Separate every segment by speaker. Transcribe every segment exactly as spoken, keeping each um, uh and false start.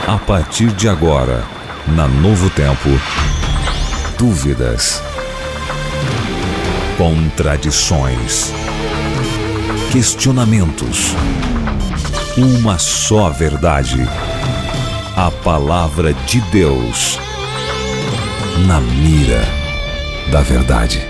Speaker 1: A partir de agora, na Novo Tempo, dúvidas, contradições, questionamentos. Uma só verdade. A palavra de Deus na mira da verdade.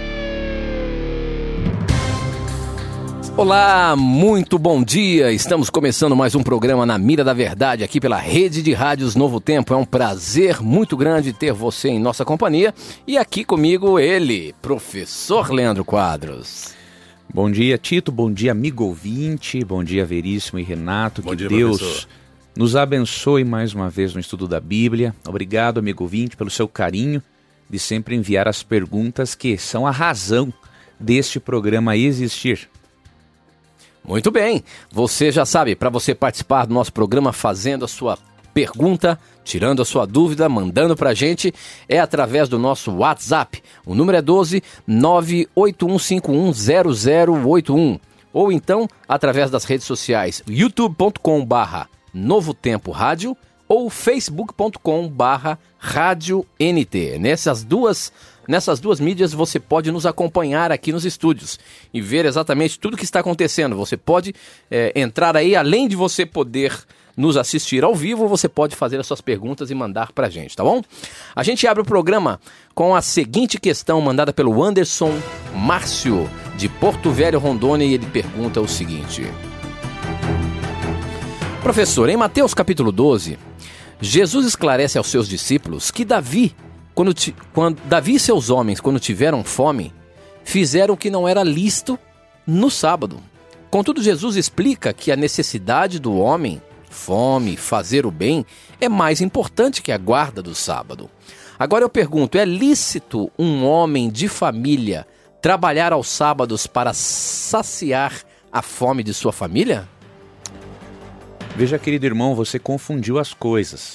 Speaker 2: Olá, muito bom dia. Estamos começando mais um programa Na Mira da Verdade aqui pela Rede de Rádios Novo Tempo. É um prazer muito grande ter você em nossa companhia e aqui comigo ele, professor Leandro Quadros.
Speaker 3: Bom dia, Tito. Bom dia, amigo ouvinte. Bom dia, Veríssimo e Renato.
Speaker 4: Bom
Speaker 3: que
Speaker 4: dia,
Speaker 3: Deus
Speaker 4: professor.
Speaker 3: nos abençoe mais uma vez no estudo da Bíblia. Obrigado, amigo ouvinte, pelo seu carinho de sempre enviar as perguntas que são a razão deste programa existir.
Speaker 2: Muito bem, você já sabe, para você participar do nosso programa fazendo a sua pergunta, tirando a sua dúvida, mandando para a gente, é através do nosso WhatsApp. O número é doze, nove oito um cinco um zero zero oito um. Ou então, através das redes sociais, youtube ponto com barra Novo Tempo Rádio ou facebook ponto com barra Rádio N T. Nessas duas Nessas duas mídias você pode nos acompanhar aqui nos estúdios e ver exatamente tudo que está acontecendo. Você pode é, entrar aí, além de você poder nos assistir ao vivo, você pode fazer as suas perguntas e mandar pra gente, tá bom? A gente abre o programa com a seguinte questão mandada pelo Anderson Márcio, de Porto Velho, Rondônia, e ele pergunta o seguinte: Professor, em Mateus capítulo doze, Jesus esclarece aos seus discípulos que Davi Quando, ti, quando Davi e seus homens, quando tiveram fome, fizeram o que não era lícito no sábado. Contudo, Jesus explica que a necessidade do homem, fome, fazer o bem, é mais importante que a guarda do sábado. Agora eu pergunto, é lícito um homem de família trabalhar aos sábados para saciar a fome de sua família?
Speaker 3: Veja, querido irmão, você confundiu as coisas.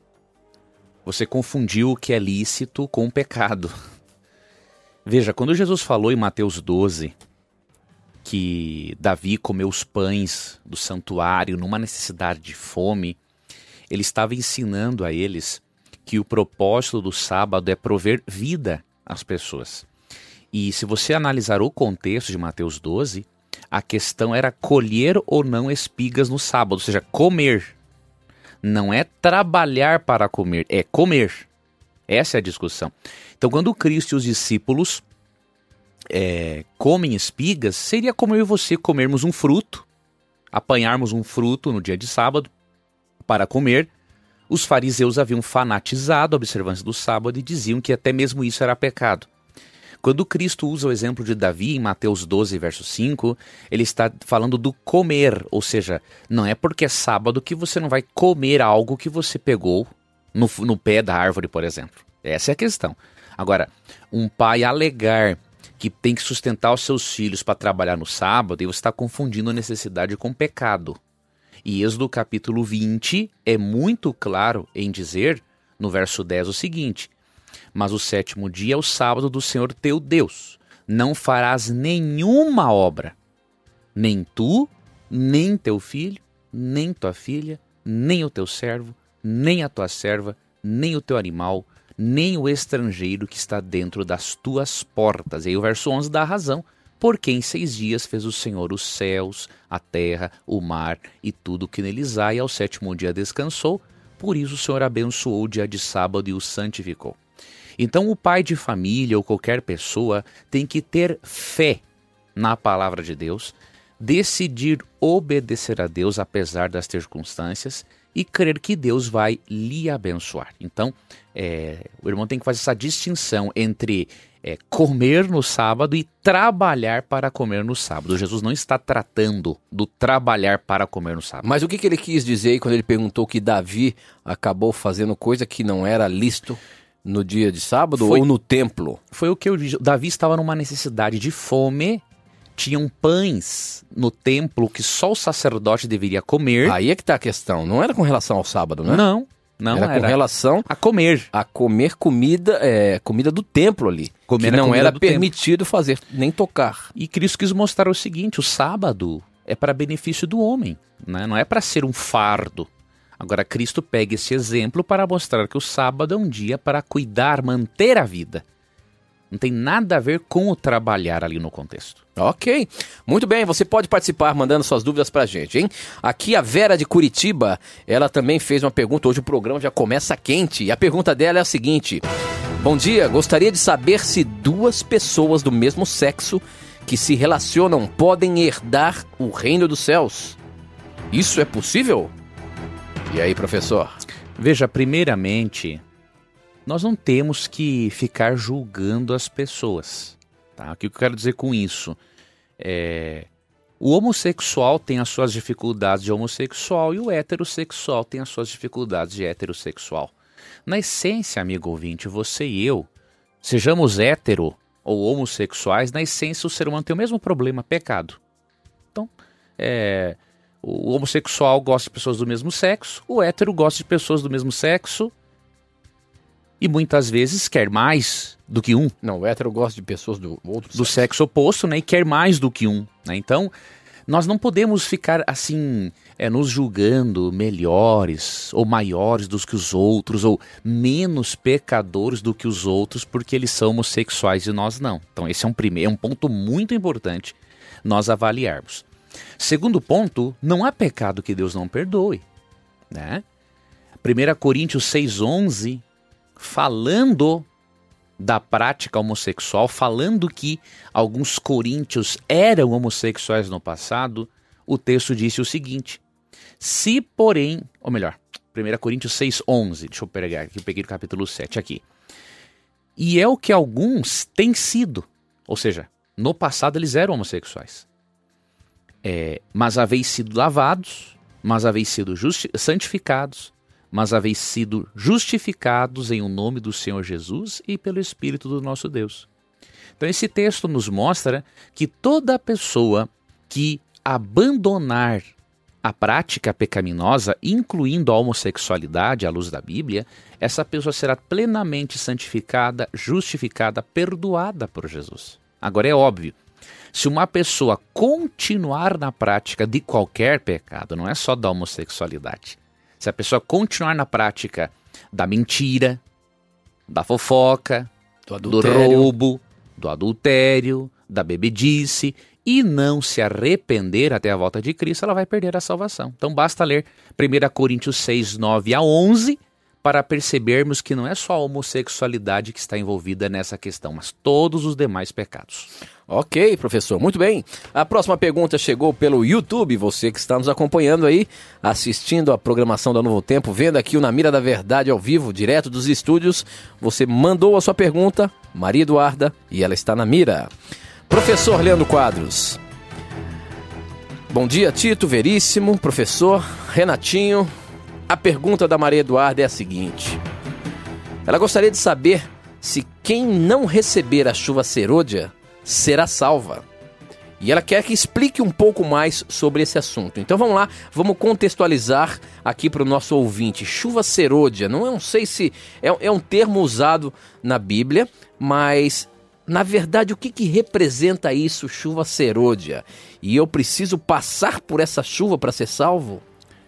Speaker 3: Você confundiu o que é lícito com o pecado. Veja, quando Jesus falou em Mateus doze que Davi comeu os pães do santuário numa necessidade de fome, ele estava ensinando a eles que o propósito do sábado é prover vida às pessoas. E se você analisar o contexto de Mateus doze, a questão era colher ou não espigas no sábado, ou seja, comer. Não é trabalhar para comer, é comer. Essa é a discussão. Então, quando Cristo e os discípulos é, comem espigas, seria como eu e você comermos um fruto, apanharmos um fruto no dia de sábado para comer. Os fariseus haviam fanatizado a observância do sábado e diziam que até mesmo isso era pecado. Quando Cristo usa o exemplo de Davi em Mateus doze, verso cinco, ele está falando do comer, ou seja, não é porque é sábado que você não vai comer algo que você pegou no, no pé da árvore, por exemplo. Essa é a questão. Agora, um pai alegar que tem que sustentar os seus filhos para trabalhar no sábado, e você está confundindo a necessidade com pecado. E Êxodo capítulo vinte é muito claro em dizer, no verso dez, o seguinte: mas o sétimo dia é o sábado do Senhor teu Deus. Não farás nenhuma obra, nem tu, nem teu filho, nem tua filha, nem o teu servo, nem a tua serva, nem o teu animal, nem o estrangeiro que está dentro das tuas portas. E aí o verso onze dá a razão. Porque em seis dias fez o Senhor os céus, a terra, o mar e tudo que neles há, e ao sétimo dia descansou. Por isso o Senhor abençoou o dia de sábado e o santificou. Então o pai de família ou qualquer pessoa tem que ter fé na palavra de Deus, decidir obedecer a Deus apesar das circunstâncias e crer que Deus vai lhe abençoar. Então é, o irmão tem que fazer essa distinção entre é, comer no sábado e trabalhar para comer no sábado. Jesus não está tratando do trabalhar para comer no sábado.
Speaker 2: Mas o que, que ele quis dizer aí quando ele perguntou que Davi acabou fazendo coisa que não era lícito no dia de sábado foi, ou no templo?
Speaker 3: Foi o que eu disse. Davi estava numa necessidade de fome, tinham pães no templo que só o sacerdote deveria comer.
Speaker 2: Aí é que está a questão, não era com relação ao sábado, né?
Speaker 3: Não, não
Speaker 2: era.
Speaker 3: Era
Speaker 2: com relação
Speaker 3: a comer.
Speaker 2: A comer comida, é, comida do templo ali, comer que não era permitido templo. fazer, nem tocar.
Speaker 3: E Cristo quis mostrar o seguinte, o sábado é para benefício do homem, né? Não é para ser um fardo. Agora, Cristo pega esse exemplo para mostrar que o sábado é um dia para cuidar, manter a vida. Não tem nada a ver com o trabalhar ali no contexto.
Speaker 2: Ok, muito bem, você pode participar mandando suas dúvidas pra gente, hein? Aqui a Vera de Curitiba, ela também fez uma pergunta, hoje o programa já começa quente, e a pergunta dela é a seguinte: bom dia, gostaria de saber se duas pessoas do mesmo sexo que se relacionam podem herdar o reino dos céus. Isso é possível? E aí, professor?
Speaker 3: Veja, primeiramente, nós não temos que ficar julgando as pessoas. Tá? O que eu quero dizer com isso? É, o homossexual tem as suas dificuldades de homossexual e o heterossexual tem as suas dificuldades de heterossexual. Na essência, amigo ouvinte, você e eu, sejamos hétero ou homossexuais, na essência o ser humano tem o mesmo problema, pecado. Então, é... o homossexual gosta de pessoas do mesmo sexo, o hétero gosta de pessoas do mesmo sexo e muitas vezes quer mais do que um.
Speaker 2: Não, o hétero gosta de pessoas do outro
Speaker 3: do
Speaker 2: sexo.
Speaker 3: sexo oposto, né, e quer mais do que um. Né? Então, nós não podemos ficar assim, é, nos julgando melhores ou maiores do que os outros ou menos pecadores do que os outros porque eles são homossexuais e nós não. Então, esse é um primeiro, é um ponto muito importante nós avaliarmos. Segundo ponto, não há pecado que Deus não perdoe, né? primeira Coríntios seis, onze, falando da prática homossexual, falando que alguns coríntios eram homossexuais no passado, o texto disse o seguinte: se porém, ou melhor, primeira Coríntios seis, onze, deixa eu pegar aqui, eu peguei no capítulo sete aqui, e é o que alguns têm sido, ou seja, no passado eles eram homossexuais. É, mas haveis sido lavados, mas haveis sido justi- santificados, mas haveis sido justificados em o nome do Senhor Jesus e pelo Espírito do nosso Deus. Então esse texto nos mostra que toda pessoa que abandonar a prática pecaminosa, incluindo a homossexualidade à luz da Bíblia, essa pessoa será plenamente santificada, justificada, perdoada por Jesus. Agora é óbvio, se uma pessoa continuar na prática de qualquer pecado, não é só da homossexualidade, se a pessoa continuar na prática da mentira, da fofoca, do, do roubo, do adultério, da bebedice, e não se arrepender até a volta de Cristo, ela vai perder a salvação. Então basta ler primeira Coríntios seis, nove a onze, para percebermos que não é só a homossexualidade que está envolvida nessa questão, mas todos os demais pecados.
Speaker 2: Ok, professor, muito bem. A próxima pergunta chegou pelo YouTube, você que está nos acompanhando aí, assistindo a programação da Novo Tempo, vendo aqui o Na Mira da Verdade ao vivo, direto dos estúdios. Você mandou a sua pergunta, Maria Eduarda, e ela está na mira. Professor Leandro Quadros. Bom dia, Tito, Veríssimo, professor, Renatinho. A pergunta da Maria Eduarda é a seguinte: ela gostaria de saber se quem não receber a chuva serôdia será salva. E ela quer que explique um pouco mais sobre esse assunto. Então vamos lá, vamos contextualizar aqui para o nosso ouvinte. Chuva serôdia, não, não sei se é, é um termo usado na Bíblia, mas na verdade o que, que representa isso, chuva serôdia? E eu preciso passar por essa chuva para ser salvo?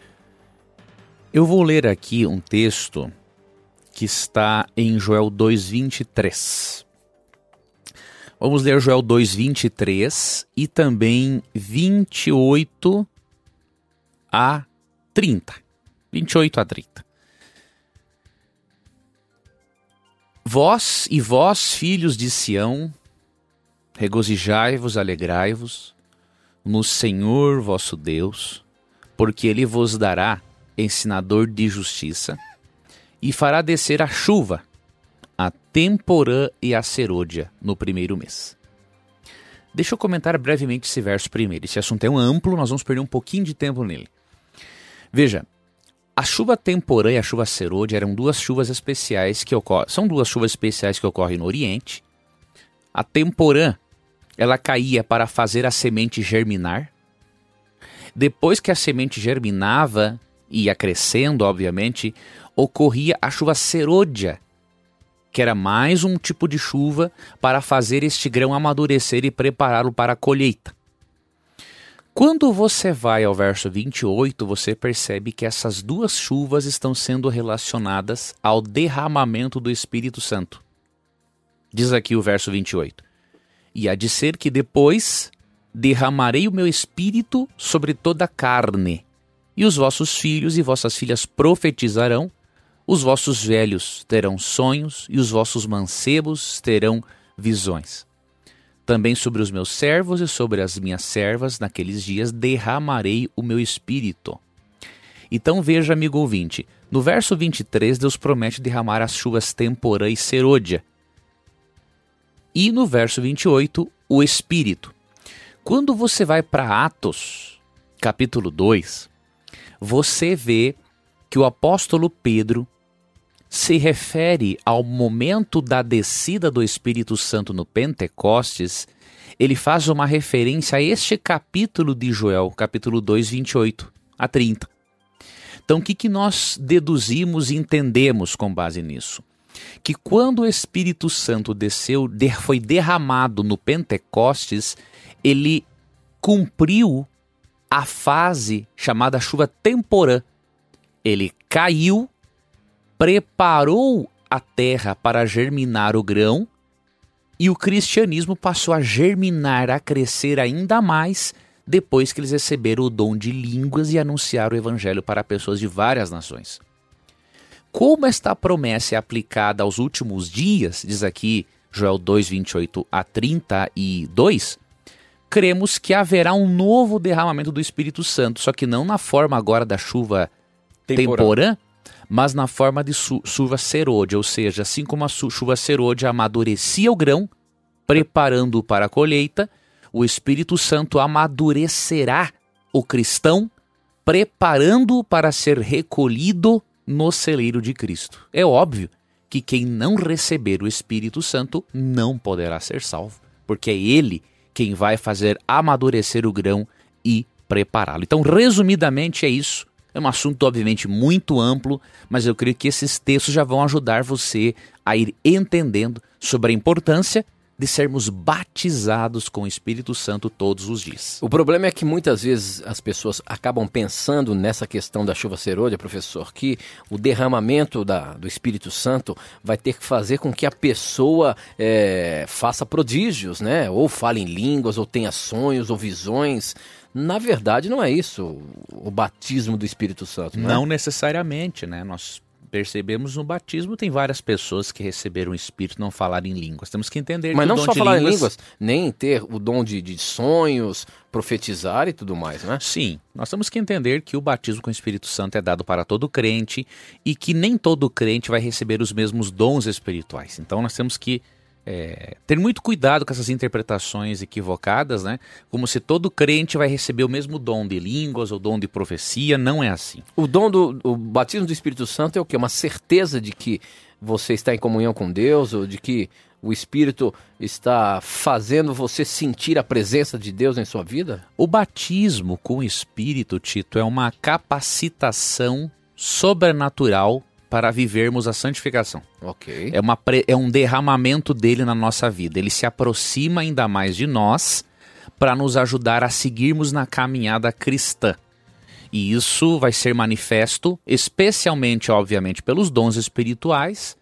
Speaker 3: Eu vou ler aqui um texto que está em Joel dois, vinte e três. Vamos ler Joel dois, vinte e três e também vinte e oito a trinta. vinte e oito a trinta. Vós e vós, filhos de Sião, regozijai-vos, alegrai-vos no Senhor vosso Deus, porque Ele vos dará ensinador de justiça, e fará descer a chuva, a temporã e a serôdia no primeiro mês. Deixa eu comentar brevemente esse verso primeiro. Esse assunto é um amplo, nós vamos perder um pouquinho de tempo nele. Veja, a chuva temporã e a chuva serôdia eram duas chuvas especiais que ocorrem, são duas chuvas especiais que ocorrem no Oriente. A temporã, ela caía para fazer a semente germinar. Depois que a semente germinava, ia crescendo, obviamente, ocorria a chuva serôdia, que era mais um tipo de chuva para fazer este grão amadurecer e prepará-lo para a colheita. Quando você vai ao verso vinte e oito, você percebe que essas duas chuvas estão sendo relacionadas ao derramamento do Espírito Santo. Diz aqui o verso vinte e oito. E há de ser que depois derramarei o meu Espírito sobre toda a carne, e os vossos filhos e vossas filhas profetizarão, os vossos velhos terão sonhos, e os vossos mancebos terão visões. Também sobre os meus servos e sobre as minhas servas, naqueles dias, derramarei o meu Espírito. Então veja, amigo ouvinte, no verso vinte e três, Deus promete derramar as chuvas temporã e serôdia. E no verso vinte e oito, o Espírito. Quando você vai para Atos, capítulo dois, você vê que o apóstolo Pedro se refere ao momento da descida do Espírito Santo no Pentecostes. Ele faz uma referência a este capítulo de Joel, capítulo dois, vinte e oito a trinta. Então, o que, que nós deduzimos e entendemos com base nisso? Que quando o Espírito Santo desceu, foi derramado no Pentecostes, ele cumpriu a fase chamada chuva temporã. Ele caiu, preparou a terra para germinar o grão, e o cristianismo passou a germinar, a crescer ainda mais depois que eles receberam o dom de línguas e anunciaram o evangelho para pessoas de várias nações. Como esta promessa é aplicada aos últimos dias, diz aqui Joel dois, vinte e oito a trinta e dois, cremos que haverá um novo derramamento do Espírito Santo, só que não na forma agora da chuva temporã, temporã mas na forma de su- chuva serôdia, ou seja, assim como a su- chuva serôdia amadurecia o grão, preparando-o para a colheita, o Espírito Santo amadurecerá o cristão, preparando-o para ser recolhido no celeiro de Cristo. É óbvio que quem não receber o Espírito Santo não poderá ser salvo, porque é ele quem vai fazer amadurecer o grão e prepará-lo. Então, resumidamente, é isso. É um assunto, obviamente, muito amplo, mas eu creio que esses textos já vão ajudar você a ir entendendo sobre a importância de sermos batizados com o Espírito Santo todos os dias.
Speaker 2: O problema é que muitas vezes as pessoas acabam pensando nessa questão da chuva serôdia, professor, que o derramamento da, do Espírito Santo vai ter que fazer com que a pessoa é, faça prodígios, né? Ou fale em línguas, ou tenha sonhos, ou visões. Na verdade, não é isso o batismo do Espírito Santo, não é?
Speaker 3: Não necessariamente, né? Nós percebemos no batismo, tem várias pessoas que receberam o Espírito e não falaram em línguas. Temos que entender
Speaker 2: Mas
Speaker 3: que
Speaker 2: não
Speaker 3: o dom
Speaker 2: só
Speaker 3: de
Speaker 2: falar
Speaker 3: línguas...
Speaker 2: em línguas, nem ter o dom de, de sonhos, profetizar e tudo mais, né?
Speaker 3: Sim, nós temos que entender que o batismo com o Espírito Santo é dado para todo crente e que nem todo crente vai receber os mesmos dons espirituais. Então nós temos que É, ter muito cuidado com essas interpretações equivocadas, né? Como se todo crente vai receber o mesmo dom de línguas ou dom de profecia. Não é assim.
Speaker 2: O dom do o batismo do Espírito Santo é o quê? Uma certeza de que você está em comunhão com Deus, ou de que o Espírito está fazendo você sentir a presença de Deus em sua vida?
Speaker 3: O batismo com o Espírito, Tito, é uma capacitação sobrenatural para vivermos a santificação.
Speaker 2: Ok.
Speaker 3: É, uma pre... é um derramamento dele na nossa vida. Ele se aproxima ainda mais de nós para nos ajudar a seguirmos na caminhada cristã. E isso vai ser manifesto, especialmente, obviamente, pelos dons espirituais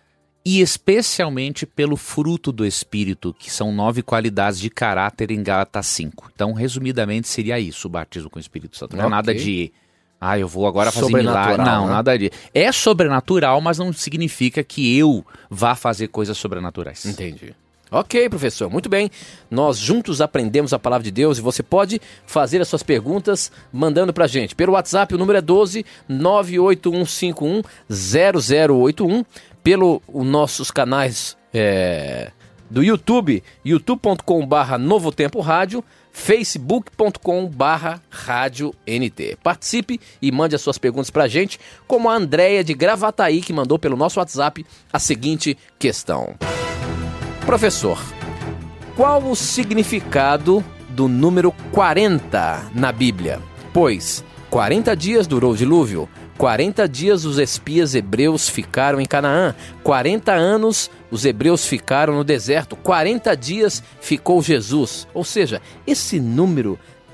Speaker 3: e especialmente pelo fruto do Espírito, que são nove qualidades de caráter em Gálatas cinco. Então, resumidamente, seria isso, o batismo com o Espírito Santo. Não é
Speaker 2: Ok.
Speaker 3: nada de... Ah, eu vou agora fazer
Speaker 2: Sobrenatural,
Speaker 3: milagre. Não,
Speaker 2: né?
Speaker 3: nada disso. É sobrenatural, mas não significa que eu vá fazer coisas sobrenaturais.
Speaker 2: Entendi. Ok, professor, muito bem. Nós juntos aprendemos a palavra de Deus e você pode fazer as suas perguntas mandando pra gente. Pelo WhatsApp, o número é doze, nove oito um cinco um, zero zero oito um. Pelo os nossos canais é, do YouTube, youtube ponto com barra Novo Tempo Rádio, facebook ponto com barra Rádio N T. Participe e mande as suas perguntas pra gente, como a Andréia de Gravataí, que mandou pelo nosso WhatsApp a seguinte questão. Professor, qual o significado do número quarenta na Bíblia? Pois quarenta dias durou o dilúvio, quarenta dias os espias hebreus ficaram em Canaã, quarenta anos os hebreus ficaram no deserto, quarenta dias ficou Jesus. Ou seja, esse número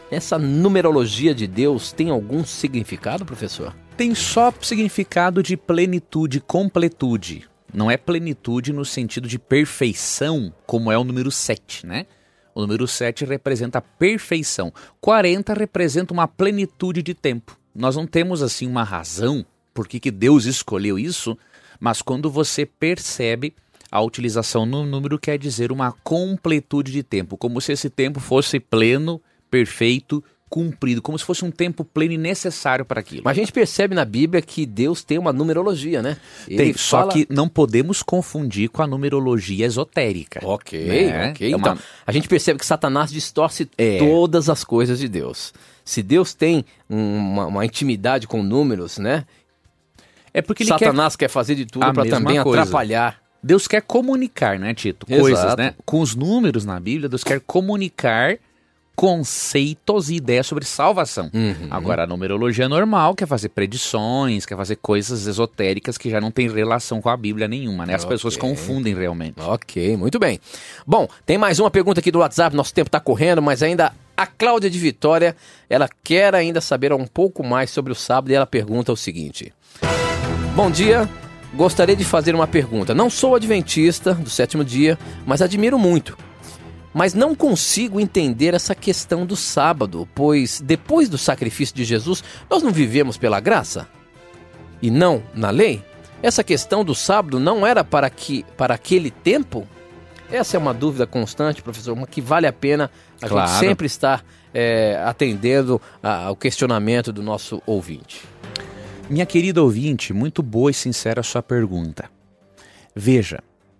Speaker 2: essa numerologia de Deus tem algum significado, professor?
Speaker 3: Tem só significado de plenitude, completude. Não é plenitude no sentido de perfeição, como é o número sete, né? O número sete representa a perfeição. quarenta representa uma plenitude de tempo. Nós não temos assim uma razão por que que Deus escolheu isso, mas quando você percebe, a utilização no número quer dizer uma completude de tempo, como se esse tempo fosse pleno, perfeito, cumprido, como se fosse um tempo pleno e necessário para aquilo.
Speaker 2: Mas a gente percebe na Bíblia que Deus tem uma numerologia, né? Ele
Speaker 3: Tem,
Speaker 2: fala...
Speaker 3: só que não podemos confundir com a numerologia esotérica.
Speaker 2: Ok,
Speaker 3: né?
Speaker 2: ok.
Speaker 3: É uma...
Speaker 2: Então, a gente percebe que Satanás distorce
Speaker 3: É.
Speaker 2: todas as coisas de Deus. Se Deus tem uma, uma intimidade com números, né?
Speaker 3: É porque ele
Speaker 2: Satanás quer, quer fazer de tudo
Speaker 3: a
Speaker 2: para
Speaker 3: mesma
Speaker 2: também
Speaker 3: coisa.
Speaker 2: atrapalhar.
Speaker 3: Deus quer comunicar, né, Tito?
Speaker 2: Exato.
Speaker 3: Coisas, né? Com os números na Bíblia, Deus quer comunicar conceitos e ideias sobre salvação.
Speaker 2: Uhum.
Speaker 3: Agora, a numerologia normal quer fazer predições, quer fazer coisas esotéricas que já não tem relação com a Bíblia nenhuma, né? As
Speaker 2: Ok.
Speaker 3: pessoas confundem realmente.
Speaker 2: Ok, muito bem. Bom, tem mais uma pergunta aqui do WhatsApp, nosso tempo está correndo, mas ainda a Cláudia de Vitória, ela quer ainda saber um pouco mais sobre o sábado e ela pergunta o seguinte. Bom dia, gostaria de fazer uma pergunta. Não sou adventista do sétimo dia, mas admiro muito. Mas não consigo entender essa questão do sábado, pois depois do sacrifício de Jesus, nós não vivemos pela graça? E não na lei? Essa questão do sábado não era para, que, para aquele tempo? Essa é uma dúvida constante, professor, uma que vale a pena a
Speaker 3: Claro.
Speaker 2: gente sempre estar é, atendendo a- ao questionamento do nosso ouvinte.
Speaker 3: Minha querida ouvinte, muito boa e sincera a sua pergunta. Veja,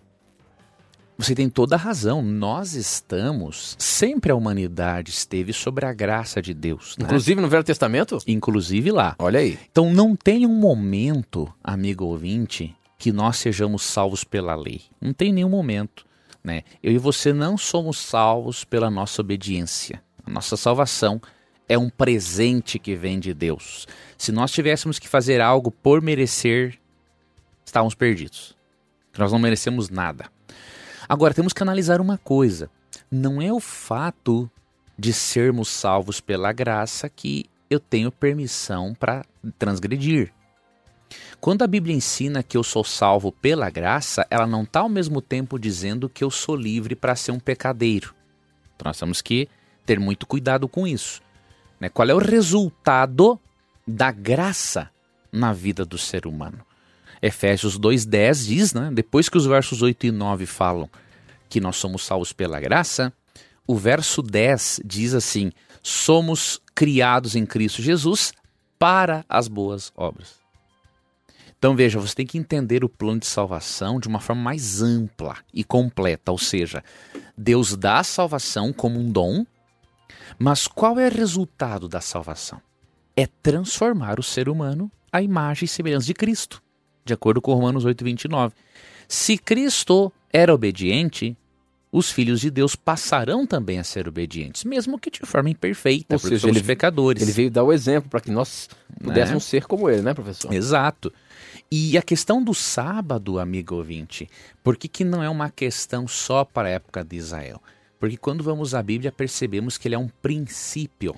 Speaker 3: você tem toda a razão. Nós estamos, sempre a humanidade esteve sobre a graça de Deus, né?
Speaker 2: Inclusive no Velho Testamento?
Speaker 3: Inclusive lá.
Speaker 2: Olha aí.
Speaker 3: Então não tem um momento, amigo ouvinte, que nós sejamos salvos pela lei. Não tem nenhum momento, né? Eu e você não somos salvos pela nossa obediência. A nossa salvação é um presente que vem de Deus. Se nós tivéssemos que fazer algo por merecer, estávamos perdidos. Nós não merecemos nada. Agora, temos que analisar uma coisa. Não é o fato de sermos salvos pela graça que eu tenho permissão para transgredir. Quando a Bíblia ensina que eu sou salvo pela graça, ela não está ao mesmo tempo dizendo que eu sou livre para ser um pecadeiro. Então nós temos que ter muito cuidado com isso. Né? Qual é o resultado da graça na vida do ser humano? Efésios dois, dez diz, né? Depois que os versos oito e nove falam que nós somos salvos pela graça, o verso dez diz assim, somos criados em Cristo Jesus para as boas obras. Então veja, você tem que entender o plano de salvação de uma forma mais ampla e completa, ou seja, Deus dá a salvação como um dom, mas qual é o resultado da salvação? É transformar o ser humano à imagem e semelhança de Cristo, de acordo com Romanos oito, vinte e nove. Se Cristo era obediente, os filhos de Deus passarão também a ser obedientes, mesmo que de forma imperfeita,
Speaker 2: Ou
Speaker 3: porque
Speaker 2: seja,
Speaker 3: somos
Speaker 2: ele-
Speaker 3: pecadores.
Speaker 2: Ele veio dar o exemplo para que nós pudéssemos ser como ele, né, professor?
Speaker 3: Exato. E a questão do sábado, amigo ouvinte, por que, que não é uma questão só para a época de Israel? Porque quando vamos à Bíblia percebemos que ele é um princípio.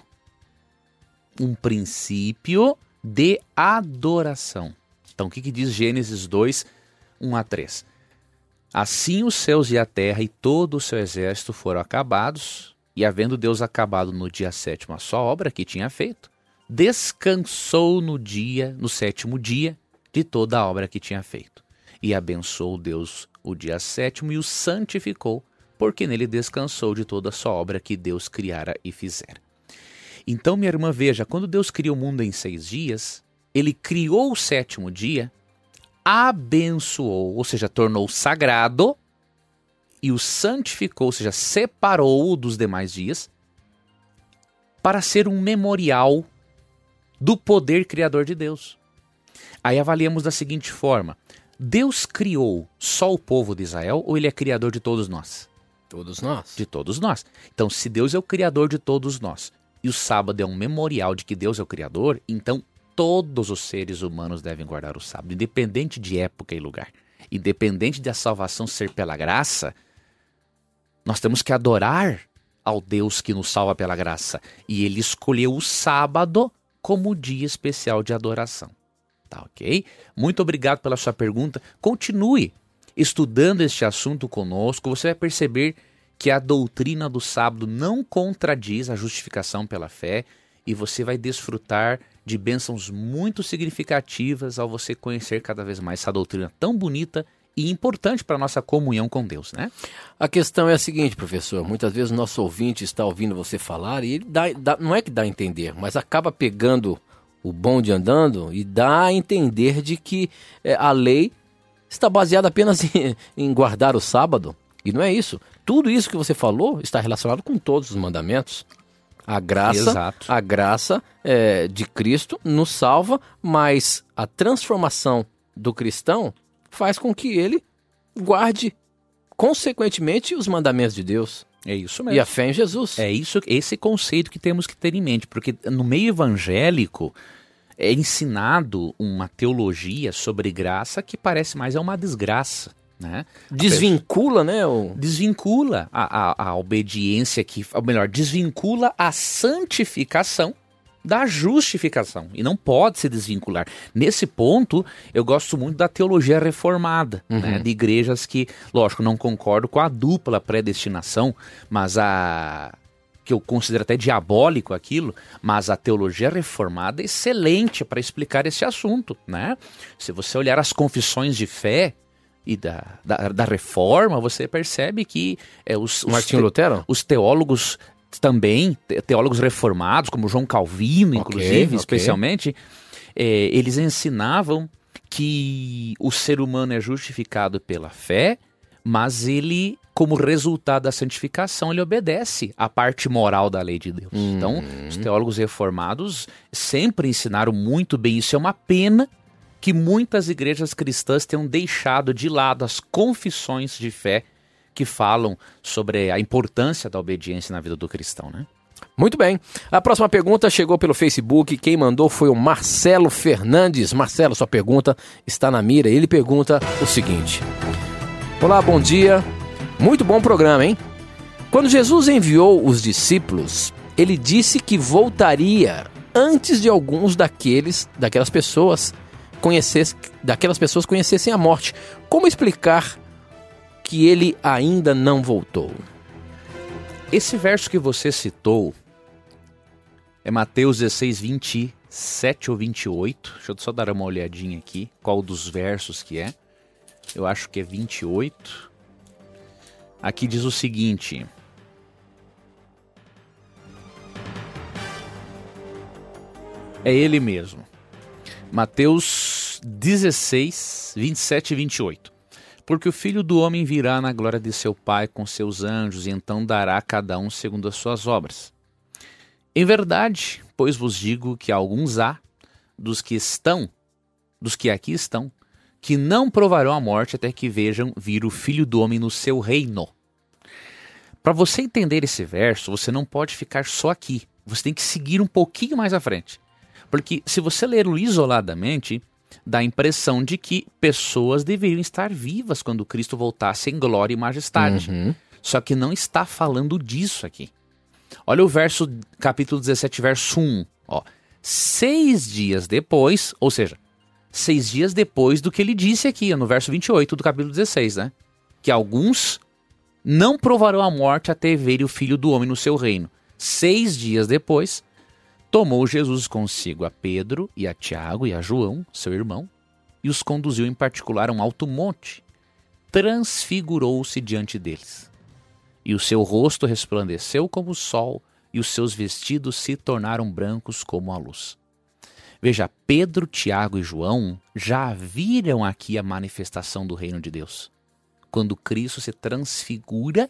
Speaker 3: Um princípio de adoração. Então o que, que diz Gênesis dois, um a três? Assim os céus e a terra e todo o seu exército foram acabados, e havendo Deus acabado no dia sétimo a sua obra que tinha feito, descansou no dia, no sétimo dia, de toda a obra que tinha feito. E abençoou Deus o dia sétimo e o santificou, porque nele descansou de toda a sua obra que Deus criara e fizera. Então, minha irmã, veja, quando Deus criou o mundo em seis dias, ele criou o sétimo dia, abençoou, ou seja, tornou sagrado, e o santificou, ou seja, separou-o dos demais dias, para ser um memorial do poder criador de Deus. Aí avaliamos da seguinte forma, Deus criou só o povo de Israel ou ele é criador de todos nós?
Speaker 2: Todos nós.
Speaker 3: De todos nós. Então, se Deus é o criador de todos nós, e o sábado é um memorial de que Deus é o criador, então todos os seres humanos devem guardar o sábado, independente de época e lugar. Independente de a salvação ser pela graça, nós temos que adorar ao Deus que nos salva pela graça. E ele escolheu o sábado como dia especial de adoração. Tá ok? Muito obrigado pela sua pergunta. Continue estudando este assunto conosco. Você vai perceber que a doutrina do sábado não contradiz a justificação pela fé e você vai desfrutar de bênçãos muito significativas ao você conhecer cada vez mais essa doutrina tão bonita e importante para a nossa comunhão com Deus, né?
Speaker 2: A questão é a seguinte, professor, muitas vezes o nosso ouvinte está ouvindo você falar e ele dá, dá, não é que dá a entender, mas acaba pegando o bonde andando e dá a entender de que é, a lei está baseada apenas em, em guardar o sábado, e não é isso. Tudo isso que você falou está relacionado com todos os mandamentos. A graça,
Speaker 3: Exato.
Speaker 2: a graça é, de Cristo nos salva, mas a transformação do cristão faz com que ele guarde, consequentemente, os mandamentos de Deus.
Speaker 3: É isso mesmo.
Speaker 2: E a fé em Jesus.
Speaker 3: É isso, esse conceito que temos que ter em mente, porque no meio evangélico é ensinado uma teologia sobre graça que parece mais é uma desgraça, né?
Speaker 2: Desvincula, né? O...
Speaker 3: Desvincula a, a, a obediência, que, ou melhor, desvincula a santificação da justificação, e não pode se desvincular. Nesse ponto, eu gosto muito da teologia reformada, uhum. né, de igrejas que, lógico, não concordo com a dupla predestinação, mas a... que eu considero até diabólico aquilo, mas a teologia reformada é excelente para explicar esse assunto, né? Se você olhar as confissões de fé e da, da, da reforma, você percebe que é, os, os,
Speaker 2: Martinho
Speaker 3: te,
Speaker 2: Lutero?
Speaker 3: os teólogos também, teólogos reformados, como João Calvino,
Speaker 2: okay,
Speaker 3: inclusive,
Speaker 2: okay.
Speaker 3: especialmente, é, eles ensinavam que o ser humano é justificado pela fé, mas ele, como resultado da santificação, ele obedece à parte moral da lei de Deus. Hum. Então, os teólogos reformados sempre ensinaram muito bem isso. É uma pena que muitas igrejas cristãs tenham deixado de lado as confissões de fé que falam sobre a importância da obediência na vida do cristão, né?
Speaker 2: Muito bem. A próxima pergunta chegou pelo Facebook. Quem mandou foi o Marcelo Fernandes. Marcelo, sua pergunta está na mira. Ele pergunta o seguinte: olá, bom dia. Muito bom programa, hein? Quando Jesus enviou os discípulos, ele disse que voltaria antes de alguns daqueles, daquelas pessoas conhecessem, daquelas pessoas conhecessem a morte. Como explicar que ele ainda não voltou?
Speaker 3: Esse verso que você citou é Mateus dezesseis, vinte e sete ou vinte e oito. Deixa eu só dar uma olhadinha aqui, qual dos versos que é. Eu acho que é vinte e oito. Aqui diz o seguinte: é ele mesmo. Mateus dezesseis, vinte e sete e vinte e oito. Porque o Filho do Homem virá na glória de seu Pai com seus anjos, e então dará a cada um segundo as suas obras. Em verdade, pois vos digo que alguns há, dos que estão, dos que aqui estão, que não provarão a morte até que vejam vir o Filho do Homem no seu reino. Para você entender esse verso, você não pode ficar só aqui. Você tem que seguir um pouquinho mais à frente. Porque se você ler-o isoladamente, dá a impressão de que pessoas deveriam estar vivas quando Cristo voltasse em glória e majestade.
Speaker 2: Uhum.
Speaker 3: Só que não está falando disso aqui. Olha o verso, capítulo dezessete, verso um. Ó. Seis dias depois, ou seja, seis dias depois do que ele disse aqui, no verso vinte e oito do capítulo dezesseis, né? Que alguns não provarão a morte até verem o Filho do Homem no seu reino. Seis dias depois, tomou Jesus consigo a Pedro e a Tiago e a João, seu irmão, e os conduziu em particular a um alto monte. Transfigurou-se diante deles. E o seu rosto resplandeceu como o sol, e os seus vestidos se tornaram brancos como a luz. Veja, Pedro, Tiago e João já viram aqui a manifestação do reino de Deus, quando Cristo se transfigura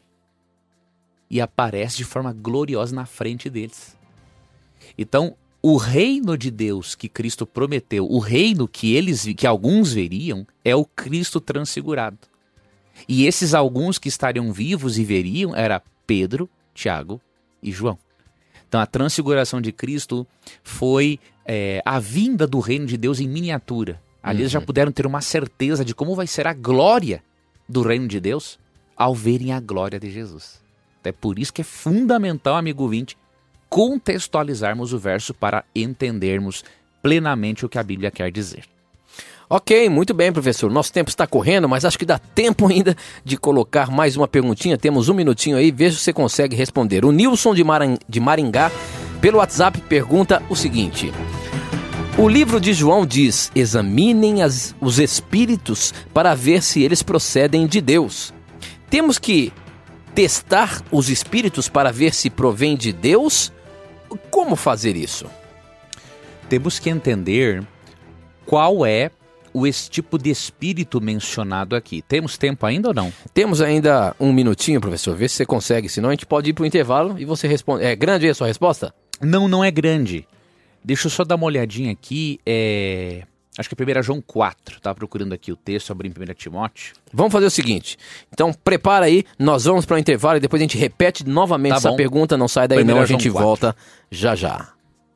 Speaker 3: e aparece de forma gloriosa na frente deles. Então, o reino de Deus que Cristo prometeu, o reino que eles, que alguns veriam, é o Cristo transfigurado. E esses alguns que estariam vivos e veriam era Pedro, Tiago e João. Então, a transfiguração de Cristo foi é, a vinda do reino de Deus em miniatura. Ali eles já puderam ter uma certeza de como vai ser a glória do reino de Deus ao verem a glória de Jesus. É por isso que é fundamental, amigo ouvinte, contextualizarmos o verso para entendermos plenamente o que a Bíblia quer dizer.
Speaker 2: Ok, muito bem, professor. Nosso tempo está correndo, mas acho que dá tempo ainda de colocar mais uma perguntinha. Temos um minutinho aí, veja se você consegue responder. O Nilson de, Maran... de Maringá, pelo WhatsApp, pergunta o seguinte: o livro de João diz: examinem as... os espíritos para ver se eles procedem de Deus. Temos que testar os espíritos para ver se provém de Deus? Como fazer isso?
Speaker 3: Temos que entender qual é o esse tipo de espírito mencionado aqui. Temos tempo ainda ou não?
Speaker 2: Temos ainda um minutinho, professor. Vê se você consegue. Senão a gente pode ir para o intervalo e você responde. É grande aí a sua resposta?
Speaker 3: Não, não é grande. Deixa eu só dar uma olhadinha aqui. É... Acho que é primeira João quatro. Estava procurando aqui o texto, abri em primeira Timóteo.
Speaker 2: Vamos fazer o seguinte. Então, prepara aí. Nós vamos para o intervalo e depois a gente repete novamente tá essa bom. pergunta. Não sai daí primeira não, a gente João volta quatro. Já já.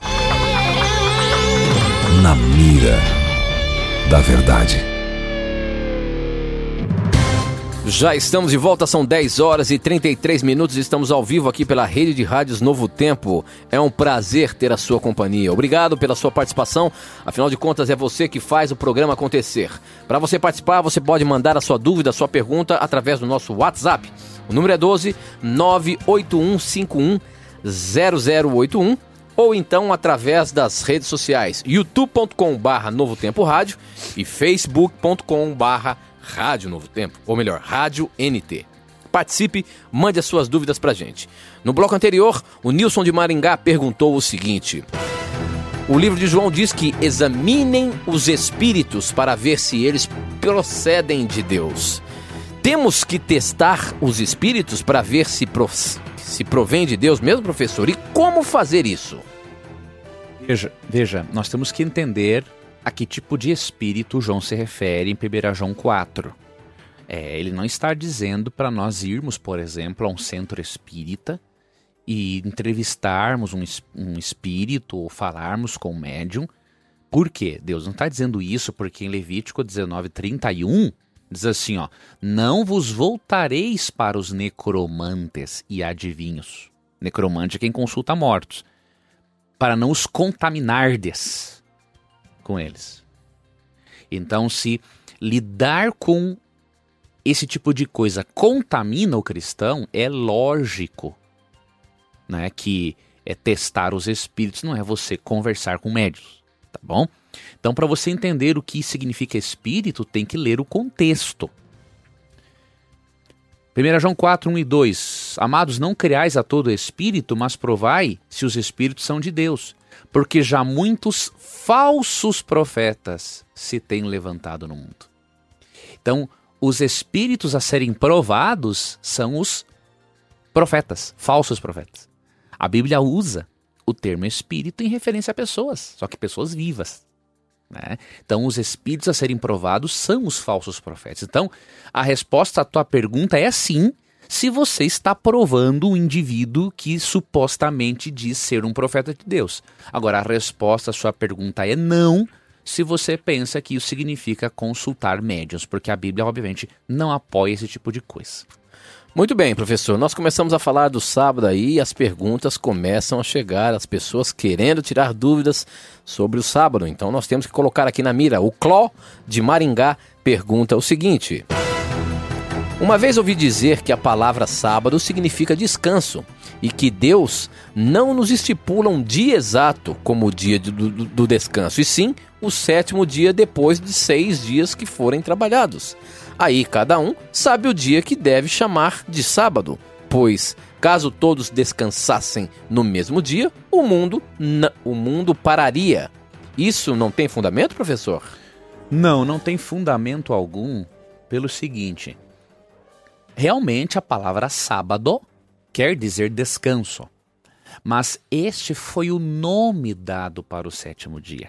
Speaker 1: Na mira da verdade.
Speaker 2: Já estamos de volta, são dez horas e trinta e três minutos, estamos ao vivo aqui pela Rede de Rádios Novo Tempo. É um prazer ter a sua companhia. Obrigado pela sua participação, afinal de contas é você que faz o programa acontecer. Para você participar, você pode mandar a sua dúvida, a sua pergunta através do nosso WhatsApp. O número é doze, nove oito um cinco um zero zero oito um. Ou então através das redes sociais youtube ponto com barra Novo Tempo Rádio e facebook ponto com barra Rádio Novo Tempo, ou melhor, Rádio N T. Participe, mande as suas dúvidas pra gente. No bloco anterior, o Nilson de Maringá perguntou o seguinte: o livro de João diz que examinem os espíritos para ver se eles procedem de Deus. Temos que testar os espíritos para ver se procedem Se provém de Deus mesmo, professor? E como fazer isso?
Speaker 3: Veja, veja, nós temos que entender a que tipo de espírito João se refere em primeira João quatro. É, ele não está dizendo para nós irmos, por exemplo, a um centro espírita e entrevistarmos um, um espírito ou falarmos com um médium. Por quê? Deus não está dizendo isso porque em Levítico dezenove, trinta e um... diz assim, ó: não vos voltareis para os necromantes e adivinhos. Necromante é quem consulta mortos. Para não os contaminardes com eles. Então, se lidar com esse tipo de coisa contamina o cristão, é lógico, né, que é testar os espíritos, não é você conversar com médiuns, tá bom? Então, para você entender o que significa espírito, tem que ler o contexto. primeira João quatro, um e dois. Amados, não creais a todo espírito, mas provai se os espíritos são de Deus. Porque já muitos falsos profetas se têm levantado no mundo. Então, os espíritos a serem provados são os profetas, falsos profetas. A Bíblia usa o termo espírito em referência a pessoas, só que pessoas vivas. Né? Então, os espíritos a serem provados são os falsos profetas. Então, a resposta à tua pergunta é sim, se você está provando um indivíduo que supostamente diz ser um profeta de Deus. Agora, a resposta à sua pergunta é não, se você pensa que isso significa consultar médiuns, porque a Bíblia, obviamente, não apoia esse tipo de coisa.
Speaker 2: Muito bem, professor. Nós começamos a falar do sábado aí e as perguntas começam a chegar, as pessoas querendo tirar dúvidas sobre o sábado. Então nós temos que colocar aqui na mira. O Cló de Maringá pergunta o seguinte: uma vez ouvi dizer que a palavra sábado significa descanso e que Deus não nos estipula um dia exato como o dia do, do, do descanso, e sim o sétimo dia depois de seis dias que forem trabalhados. Aí cada um sabe o dia que deve chamar de sábado, pois caso todos descansassem no mesmo dia, o mundo, n- o mundo pararia. Isso não tem fundamento, professor?
Speaker 3: Não, não tem fundamento algum pelo seguinte: realmente a palavra sábado quer dizer descanso, mas este foi o nome dado para o sétimo dia.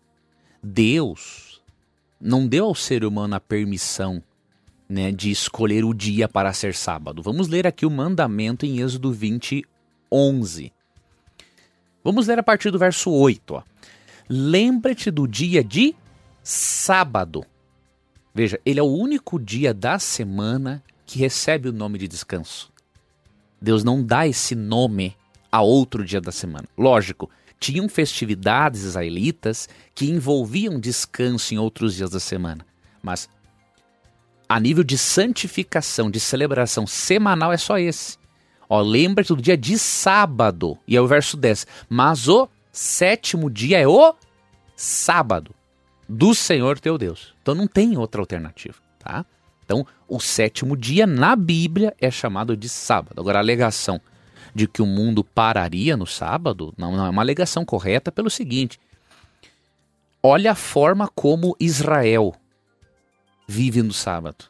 Speaker 3: Deus não deu ao ser humano a permissão, né, de escolher o dia para ser sábado. Vamos ler aqui o mandamento em Êxodo vinte, onze. Vamos ler a partir do verso oito. Ó. Lembra-te do dia de sábado. Veja, ele é o único dia da semana que recebe o nome de descanso. Deus não dá esse nome a outro dia da semana. Lógico, tinham festividades israelitas que envolviam descanso em outros dias da semana. Mas a nível de santificação, de celebração semanal é só esse. Ó, lembra-te do dia de sábado. E é o verso dez. Mas o sétimo dia é o sábado do Senhor teu Deus. Então não tem outra alternativa, tá? Então o sétimo dia na Bíblia é chamado de sábado. Agora a alegação de que o mundo pararia no sábado não, não é uma alegação correta pelo seguinte. Olha a forma como Israel vive no sábado.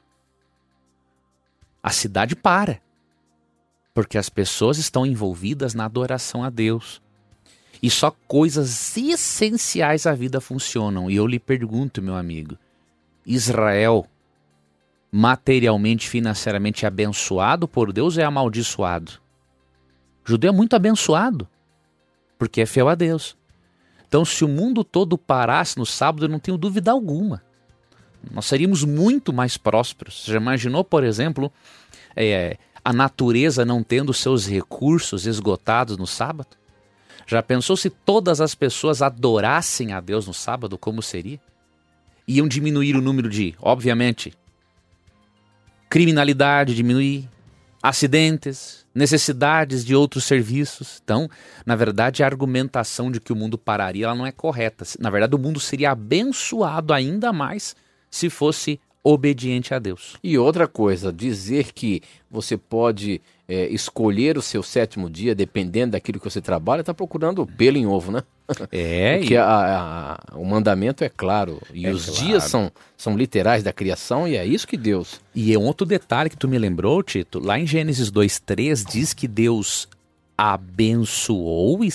Speaker 3: A cidade para. Porque as pessoas estão envolvidas na adoração a Deus. E só coisas essenciais à vida funcionam. E eu lhe pergunto, meu amigo, Israel, materialmente, financeiramente abençoado por Deus ou é amaldiçoado? O judeu é muito abençoado, porque é fiel a Deus. Então, se o mundo todo parasse no sábado, eu não tenho dúvida alguma. Nós seríamos muito mais prósperos. Você já imaginou, por exemplo, é, a natureza não tendo seus recursos esgotados no sábado? Já pensou se todas as pessoas adorassem a Deus no sábado, como seria? Iam diminuir o número de, obviamente, criminalidade, diminuir, acidentes, necessidades de outros serviços. Então, na verdade, a argumentação de que o mundo pararia, ela não é correta. Na verdade, o mundo seria abençoado ainda mais se fosse obediente a Deus.
Speaker 2: E outra coisa, dizer que você pode é, escolher o seu sétimo dia dependendo daquilo que você trabalha, está procurando pelo em ovo, né?
Speaker 3: É.
Speaker 2: Porque
Speaker 3: e...
Speaker 2: a, a, o mandamento é claro, e
Speaker 3: é
Speaker 2: os
Speaker 3: claro.
Speaker 2: dias são, são literais da criação, e é isso que Deus...
Speaker 3: E é um outro detalhe que tu me lembrou, Tito, lá em Gênesis dois, três, diz que Deus abençoou e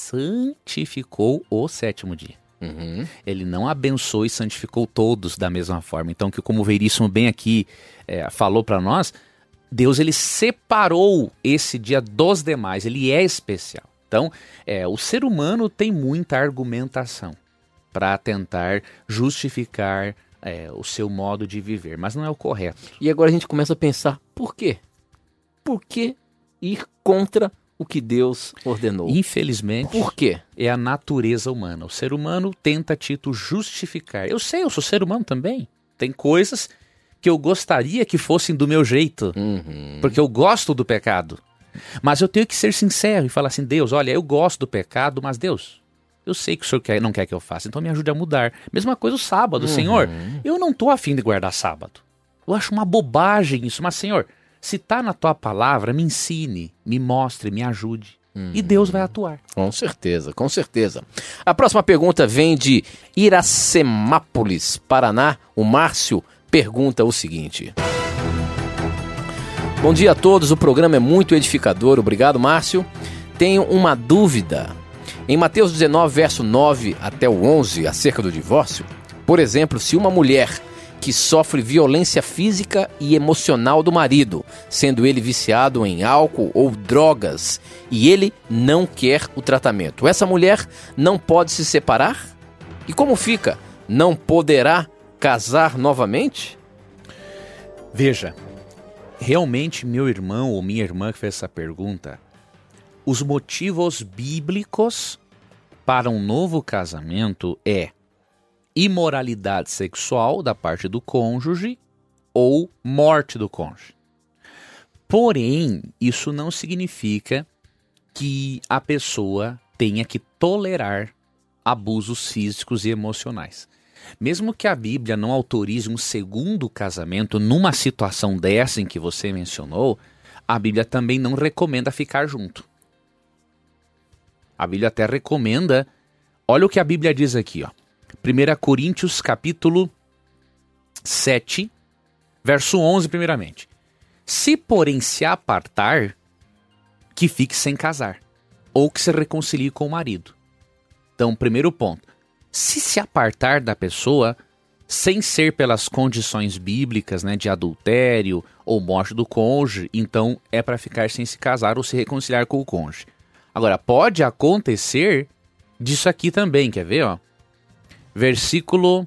Speaker 3: santificou o sétimo dia.
Speaker 2: Uhum.
Speaker 3: Ele não abençoou e santificou todos da mesma forma. Então, que como o Veríssimo bem aqui é, falou para nós, Deus ele separou esse dia dos demais, ele é especial. Então, é, o ser humano tem muita argumentação para tentar justificar é, o seu modo de viver, mas não é o correto.
Speaker 2: E agora a gente começa a pensar, por quê? Por que ir contra o que Deus ordenou?
Speaker 3: Infelizmente,
Speaker 2: por quê?
Speaker 3: É a natureza humana. O ser humano tenta, Tito, justificar. Eu sei, eu sou ser humano também. Tem coisas que eu gostaria que fossem do meu jeito,
Speaker 2: uhum.
Speaker 3: porque eu gosto do pecado. Mas eu tenho que ser sincero e falar assim, Deus, olha, eu gosto do pecado, mas Deus, eu sei que o Senhor quer, não quer que eu faça, então me ajude a mudar. Mesma coisa o sábado, uhum. Senhor, eu não estou afim de guardar sábado. Eu acho uma bobagem isso, mas Senhor, se está na tua palavra, me ensine, me mostre, me ajude. Hum. E Deus vai atuar.
Speaker 2: Com certeza, com certeza. A próxima pergunta vem de Iracemápolis, Paraná. O Márcio pergunta o seguinte. Bom dia a todos, o programa é muito edificador. Obrigado, Márcio. Tenho uma dúvida. Em Mateus dezenove, verso nove até o onze, acerca do divórcio, por exemplo, se uma mulher que sofre violência física e emocional do marido, sendo ele viciado em álcool ou drogas, e ele não quer o tratamento, essa mulher não pode se separar? E como fica? Não poderá casar novamente?
Speaker 3: Veja, realmente meu irmão ou minha irmã que fez essa pergunta, os motivos bíblicos para um novo casamento é imoralidade sexual da parte do cônjuge ou morte do cônjuge. Porém, isso não significa que a pessoa tenha que tolerar abusos físicos e emocionais. Mesmo que a Bíblia não autorize um segundo casamento numa situação dessa em que você mencionou, a Bíblia também não recomenda ficar junto. A Bíblia até recomenda, olha o que a Bíblia diz aqui, ó. primeira Coríntios capítulo sete, verso onze primeiramente. Se porém se apartar, que fique sem casar, ou que se reconcilie com o marido. Então, primeiro ponto, se se apartar da pessoa, sem ser pelas condições bíblicas, né, de adultério ou morte do cônjuge, então é para ficar sem se casar ou se reconciliar com o cônjuge. Agora, pode acontecer disso aqui também, quer ver, ó? Versículo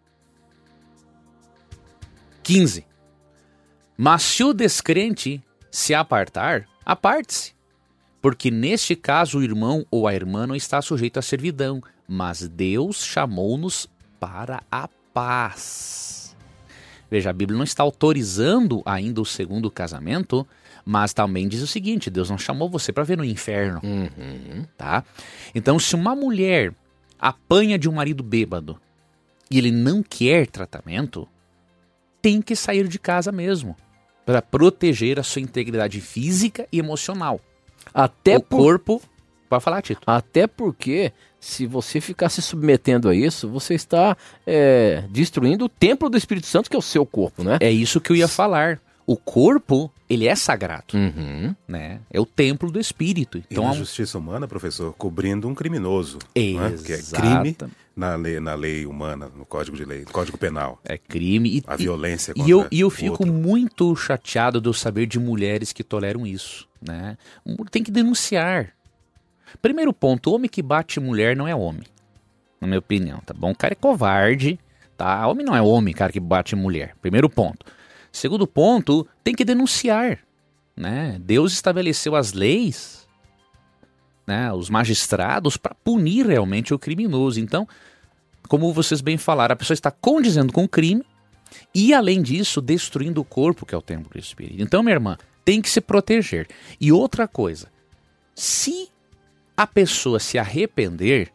Speaker 3: quinze. Mas se o descrente se apartar, aparte-se. Porque neste caso o irmão ou a irmã não está sujeito à servidão, mas Deus chamou-nos para a paz. Veja, a Bíblia não está autorizando ainda o segundo casamento, mas também diz o seguinte, Deus não chamou você para ver no inferno.
Speaker 2: Uhum.
Speaker 3: Tá? Então, se uma mulher apanha de um marido bêbado e ele não quer tratamento, tem que sair de casa mesmo, para proteger a sua integridade física e emocional.
Speaker 2: Até
Speaker 3: o
Speaker 2: por...
Speaker 3: corpo... Pode falar, Tito.
Speaker 2: Até porque, se você ficar se submetendo a isso, você está é, destruindo o templo do Espírito Santo, que é o seu corpo, né?
Speaker 3: É isso que eu ia falar. O corpo, ele é sagrado,
Speaker 2: Uhum.
Speaker 3: né? É o templo do Espírito.
Speaker 4: Então,
Speaker 3: Então,
Speaker 4: e na justiça humana, professor, cobrindo um criminoso,
Speaker 3: Exato.
Speaker 4: né? Que é crime na lei, na lei humana, no Código de Lei, no Código Penal.
Speaker 3: é crime. E,
Speaker 4: A violência
Speaker 3: e,
Speaker 4: contra
Speaker 3: e eu, e eu
Speaker 4: o
Speaker 3: fico
Speaker 4: outro.
Speaker 3: muito chateado de eu saber de mulheres que toleram isso, né? Tem que denunciar. Primeiro ponto, homem que bate mulher não é homem, na minha opinião, tá bom? O cara é covarde, tá? Homem não é homem, cara que bate mulher. Primeiro ponto. Segundo ponto, tem que denunciar, né? Deus estabeleceu as leis, né? Os magistrados para punir realmente o criminoso. Então, como vocês bem falaram, a pessoa está condizendo com o crime e, além disso, destruindo o corpo, que é o templo do Espírito. Então, minha irmã, tem que se proteger. E outra coisa, se a pessoa se arrepender,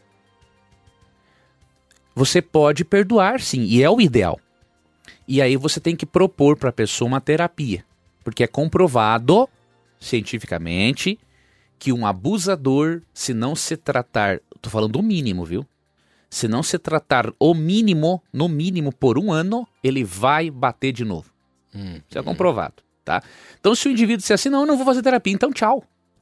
Speaker 3: você pode perdoar, sim, e é o ideal. E aí você tem que propor para a pessoa uma terapia, porque é comprovado cientificamente que um abusador, se não se tratar, tô falando o mínimo, viu? Se não se tratar o mínimo, no mínimo por um ano, ele vai bater de novo.
Speaker 2: Hum,
Speaker 3: Isso é comprovado, tá? Então se o indivíduo disser assim, não, eu não vou fazer terapia, então tchau.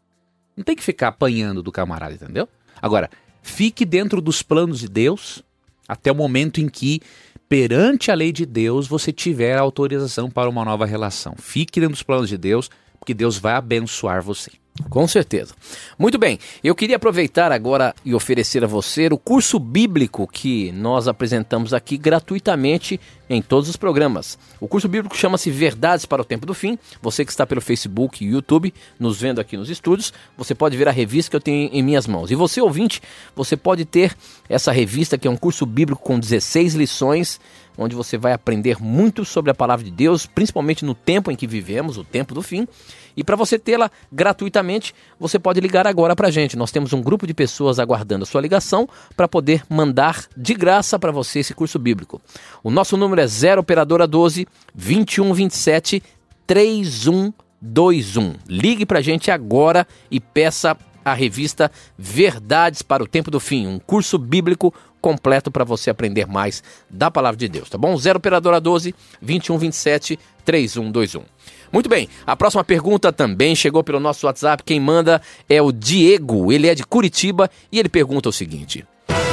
Speaker 3: Não tem que ficar apanhando do camarada, entendeu? Agora, fique dentro dos planos de Deus até o momento em que, perante a lei de Deus, você tiver autorização para uma nova relação. Fique dentro dos planos de Deus, porque Deus vai abençoar você.
Speaker 2: Com certeza. Muito bem, eu queria aproveitar agora e oferecer a você o curso bíblico que nós apresentamos aqui gratuitamente em todos os programas. O curso bíblico chama-se Verdades para o Tempo do Fim. Você que está pelo Facebook e YouTube, nos vendo aqui nos estúdios, você pode ver a revista que eu tenho em minhas mãos. E você, ouvinte, você pode ter essa revista que é um curso bíblico com dezesseis lições, onde você vai aprender muito sobre a palavra de Deus, principalmente no tempo em que vivemos, o tempo do fim. E para você tê-la gratuitamente, você pode ligar agora para a gente. Nós temos um grupo de pessoas aguardando a sua ligação para poder mandar de graça para você esse curso bíblico. O nosso número é zero operadora doze, vinte e um, vinte e sete, trinta e um vinte e um. Ligue para a gente agora e peça a revista Verdades para o Tempo do Fim, um curso bíblico completo para você aprender mais da palavra de Deus, tá bom? zero operadora doze, vinte e um, vinte e sete, trinta e um vinte e um. Muito bem, a próxima pergunta também chegou pelo nosso WhatsApp. Quem manda é o Diego, ele é de Curitiba e ele pergunta o seguinte: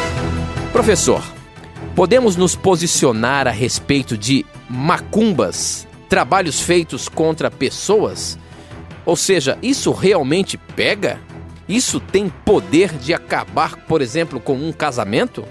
Speaker 2: professor, podemos nos posicionar a respeito de macumbas, trabalhos feitos contra pessoas? Ou seja, isso realmente pega? Isso tem poder de acabar, por exemplo, com um casamento?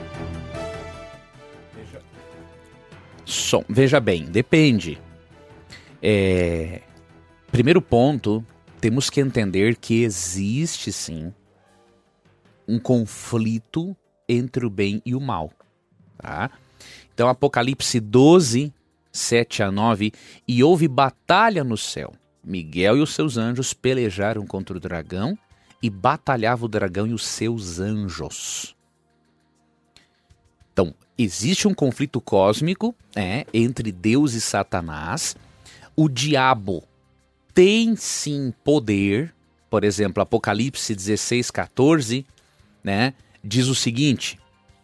Speaker 3: Som, veja bem, depende. É, primeiro ponto, temos que entender que existe sim um conflito entre o bem e o mal, tá? Então Apocalipse doze, sete a nove, e houve batalha no céu. Miguel e os seus anjos pelejaram contra o dragão e batalhava o dragão e os seus anjos. Então, existe um conflito cósmico é, entre Deus e Satanás. O diabo tem sim poder. Por exemplo, Apocalipse dezesseis, quatorze, né, diz o seguinte: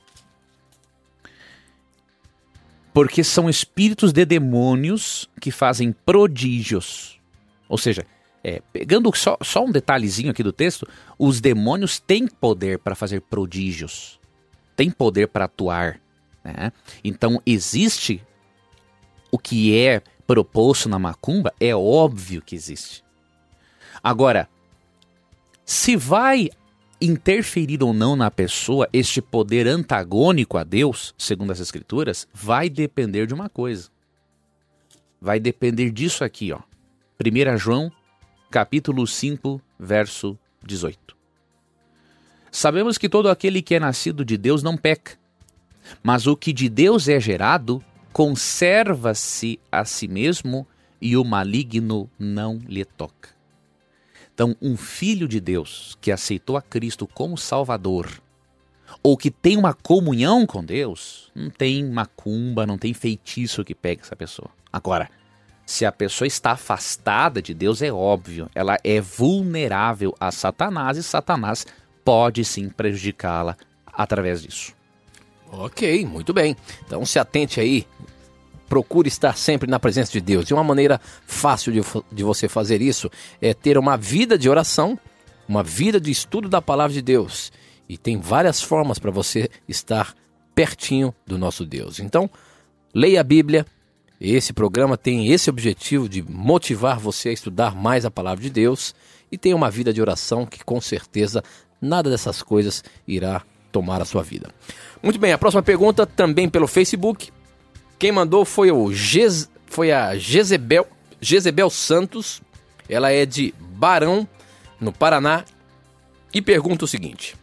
Speaker 3: porque são espíritos de demônios que fazem prodígios. Ou seja, é, pegando só, só um detalhezinho aqui do texto, os demônios têm poder para fazer prodígios, têm poder para atuar, né? Então existe o que é proposto na macumba, é óbvio que existe. Agora, se vai interferir ou não na pessoa este poder antagônico a Deus, segundo as Escrituras, vai depender de uma coisa. Vai depender disso aqui, ó. primeira João, capítulo cinco, verso dezoito. Sabemos que todo aquele que é nascido de Deus não peca, mas o que de Deus é gerado conserva-se a si mesmo e o maligno não lhe toca. Então, um filho de Deus que aceitou a Cristo como Salvador, ou que tem uma comunhão com Deus, não tem macumba, não tem feitiço que pegue essa pessoa. Agora, se a pessoa está afastada de Deus, é óbvio, ela é vulnerável a Satanás e Satanás pode sim prejudicá-la através disso.
Speaker 2: Ok, muito bem. Então se atente aí, procure estar sempre na presença de Deus. E uma maneira fácil de, de você fazer isso é ter uma vida de oração, uma vida de estudo da palavra de Deus. E tem várias formas para você estar pertinho do nosso Deus. Então, leia a Bíblia. Esse programa tem esse objetivo de motivar você a estudar mais a palavra de Deus e ter uma vida de oração que com certeza nada dessas coisas irá tomar a sua vida. Muito bem, a próxima pergunta também pelo Facebook. Quem mandou foi, o Gez, foi a Jezebel, Jezebel Santos. Ela é de Barão, no Paraná, e pergunta o seguinte.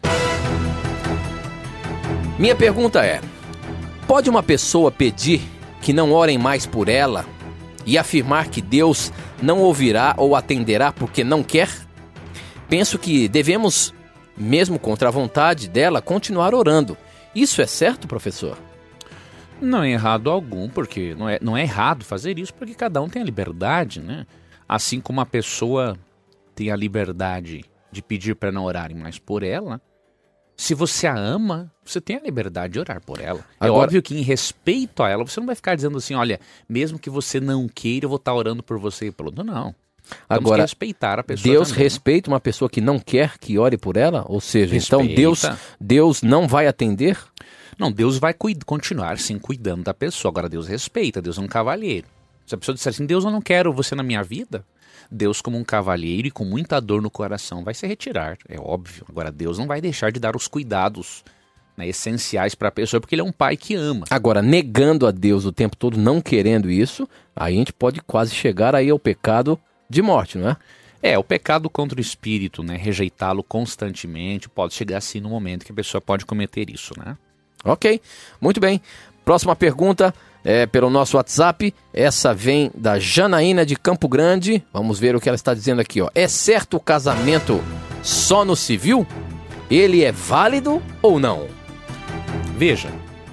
Speaker 2: Minha pergunta é: pode uma pessoa pedir que não orem mais por ela e afirmar que Deus não ouvirá ou atenderá porque não quer? Penso que devemos, mesmo contra a vontade dela, continuar orando. Isso é certo, professor?
Speaker 3: Não é errado algum, porque não é, não é errado fazer isso, porque cada um tem a liberdade, né? Assim como a pessoa tem a liberdade de pedir para não orarem mais por ela, se você a ama, você tem a liberdade de orar por ela. Agora, é óbvio que em respeito a ela, você não vai ficar dizendo assim, olha, mesmo que você não queira, eu vou estar orando por você e pelo outro. Não. Temos
Speaker 2: Agora,
Speaker 3: que respeitar a pessoa
Speaker 2: Deus
Speaker 3: também.
Speaker 2: respeita uma pessoa que não quer que ore por ela? Ou seja,
Speaker 3: Respeita.
Speaker 2: então Deus, Deus não vai atender?
Speaker 3: Não, Deus vai cuid- continuar sim cuidando da pessoa. Agora Deus respeita, Deus é um cavalheiro. Se a pessoa disser assim, Deus, eu não quero você na minha vida, Deus, como um cavalheiro e com muita dor no coração, vai se retirar, é óbvio. Agora Deus não vai deixar de dar os cuidados, né, essenciais para a pessoa, porque Ele é um pai que ama.
Speaker 2: Agora, negando a Deus o tempo todo, não querendo isso, aí a gente pode quase chegar aí ao pecado de morte, não é?
Speaker 3: É, o pecado contra o espírito, né, rejeitá-lo constantemente, pode chegar assim no momento que a pessoa pode cometer isso, né?
Speaker 2: Ok, muito bem. Próxima pergunta é pelo nosso WhatsApp. Essa vem da Janaína de Campo Grande. Vamos ver o que ela está dizendo aqui, ó. É certo o casamento só no civil? Ele é válido ou não?
Speaker 3: Veja,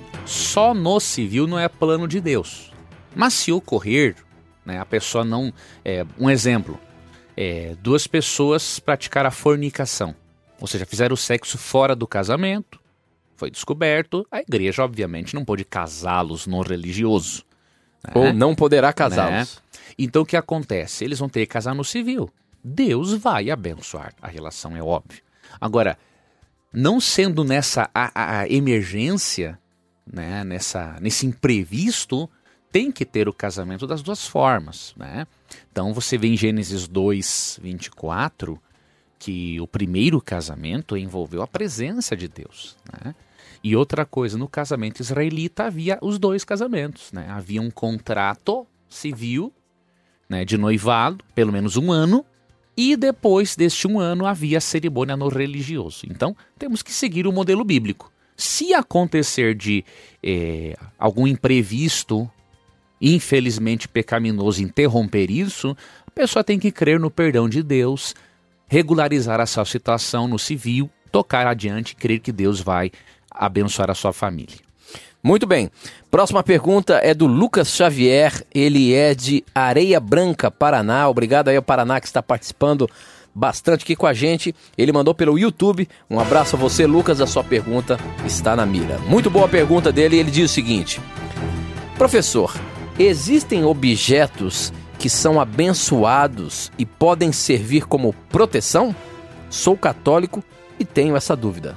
Speaker 3: só no civil não é plano de Deus. Mas se ocorrer, né, a pessoa não... É, um exemplo, é, duas pessoas praticaram a fornicação, ou seja, fizeram o sexo fora do casamento, foi descoberto, a igreja obviamente não pode casá-los no religioso. Né?
Speaker 2: Ou não poderá casá-los.
Speaker 3: Né? Então o que acontece? Eles vão ter que casar no civil. Deus vai abençoar a relação, é óbvio. Agora, não sendo nessa a, a emergência, né, nessa, nesse imprevisto, tem que ter o casamento das duas formas. Né? Então você vê em Gênesis dois, vinte e quatro, que o primeiro casamento envolveu a presença de Deus. Né? E outra coisa, no casamento israelita havia os dois casamentos. Né? Havia um contrato civil, né, de noivado, pelo menos um ano, e depois deste um ano havia a cerimônia no religioso. Então, temos que seguir o modelo bíblico. Se acontecer de é, algum imprevisto, infelizmente pecaminoso, interromper isso, a pessoa tem que crer no perdão de Deus, regularizar a sua situação no civil, tocar adiante e crer que Deus vai abençoar a sua família.
Speaker 2: Muito bem. Próxima pergunta é do Lucas Xavier. Ele é de Areia Branca, Paraná. Obrigado aí ao Paraná que está participando bastante aqui com a gente. Ele mandou pelo YouTube. Um abraço a você, Lucas. A sua pergunta está na mira. Muito boa a pergunta dele. Ele diz o seguinte: professor, existem objetos que são abençoados e podem servir como proteção? Sou católico e tenho essa dúvida.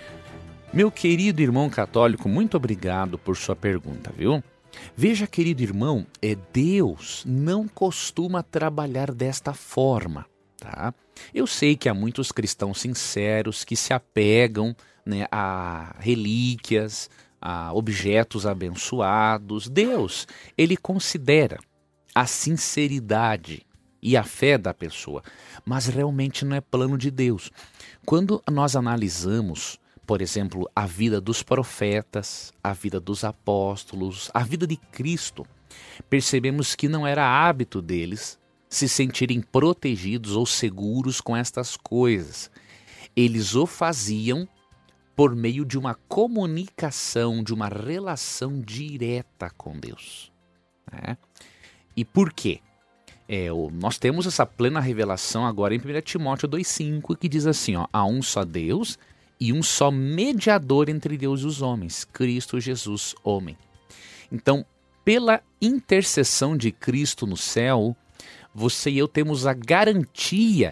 Speaker 3: Meu querido irmão católico, muito obrigado por sua pergunta, viu? Veja, querido irmão, é Deus não costuma trabalhar desta forma, tá? Eu sei que há muitos cristãos sinceros que se apegam, né, a relíquias, a objetos abençoados. Deus, ele considera a sinceridade e a fé da pessoa, mas realmente não é plano de Deus. Quando nós analisamos, por exemplo, a vida dos profetas, a vida dos apóstolos, a vida de Cristo, percebemos que não era hábito deles se sentirem protegidos ou seguros com estas coisas. Eles o faziam por meio de uma comunicação, de uma relação direta com Deus. Né? E por quê? É, o, nós temos essa plena revelação agora em primeira Timóteo dois, cinco, que diz assim, ó, há um só Deus e um só mediador entre Deus e os homens, Cristo Jesus, homem. Então, pela intercessão de Cristo no céu, você e eu temos a garantia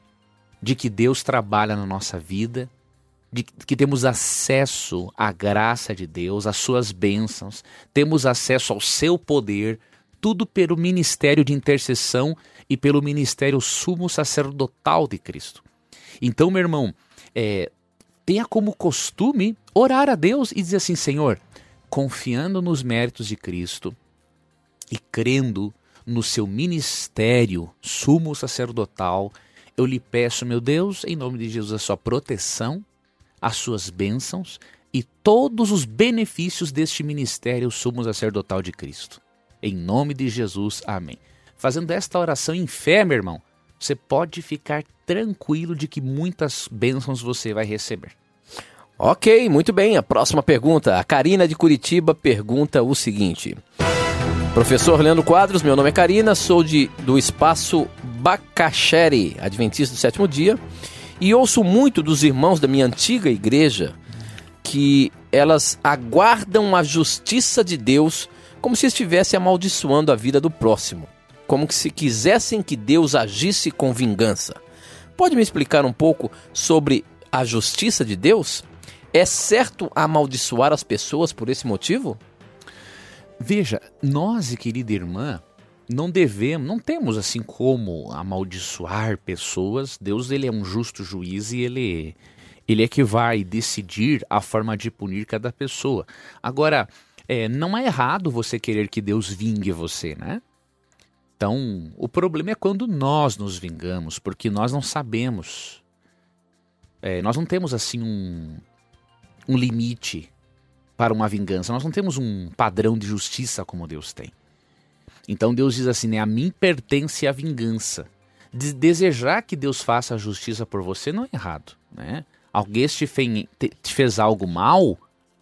Speaker 3: de que Deus trabalha na nossa vida, de que temos acesso à graça de Deus, às suas bênçãos, temos acesso ao seu poder, tudo pelo ministério de intercessão e pelo ministério sumo sacerdotal de Cristo. Então, meu irmão, é, tenha como costume orar a Deus e dizer assim, Senhor, confiando nos méritos de Cristo e crendo no seu ministério sumo sacerdotal, eu lhe peço, meu Deus, em nome de Jesus, a sua proteção, as suas bênçãos e todos os benefícios deste ministério sumo sacerdotal de Cristo. Em nome de Jesus, amém. Fazendo esta oração em fé, meu irmão, você pode ficar tranquilo de que muitas bênçãos você vai receber.
Speaker 2: Ok, muito bem. A próxima pergunta. A Karina de Curitiba pergunta o seguinte. Professor Leandro Quadros, meu nome é Karina, sou de, do Espaço Bacaxere, Adventista do Sétimo Dia, e ouço muito dos irmãos da minha antiga igreja que elas aguardam a justiça de Deus como se estivesse amaldiçoando a vida do próximo, como que se quisessem que Deus agisse com vingança. Pode me explicar um pouco sobre a justiça de Deus? É certo amaldiçoar as pessoas por esse motivo?
Speaker 3: Veja, nós, querida irmã, não devemos, não temos assim como amaldiçoar pessoas. Deus, ele é um justo juiz e ele, ele é que vai decidir a forma de punir cada pessoa. Agora, é, não é errado você querer que Deus vingue você, né? Então, o problema é quando nós nos vingamos, porque nós não sabemos, é, nós não temos assim um, um limite para uma vingança, nós não temos um padrão de justiça como Deus tem. Então Deus diz assim, né, a mim pertence a vingança. De desejar que Deus faça a justiça por você não é errado, né? Alguém te fez, te fez algo mal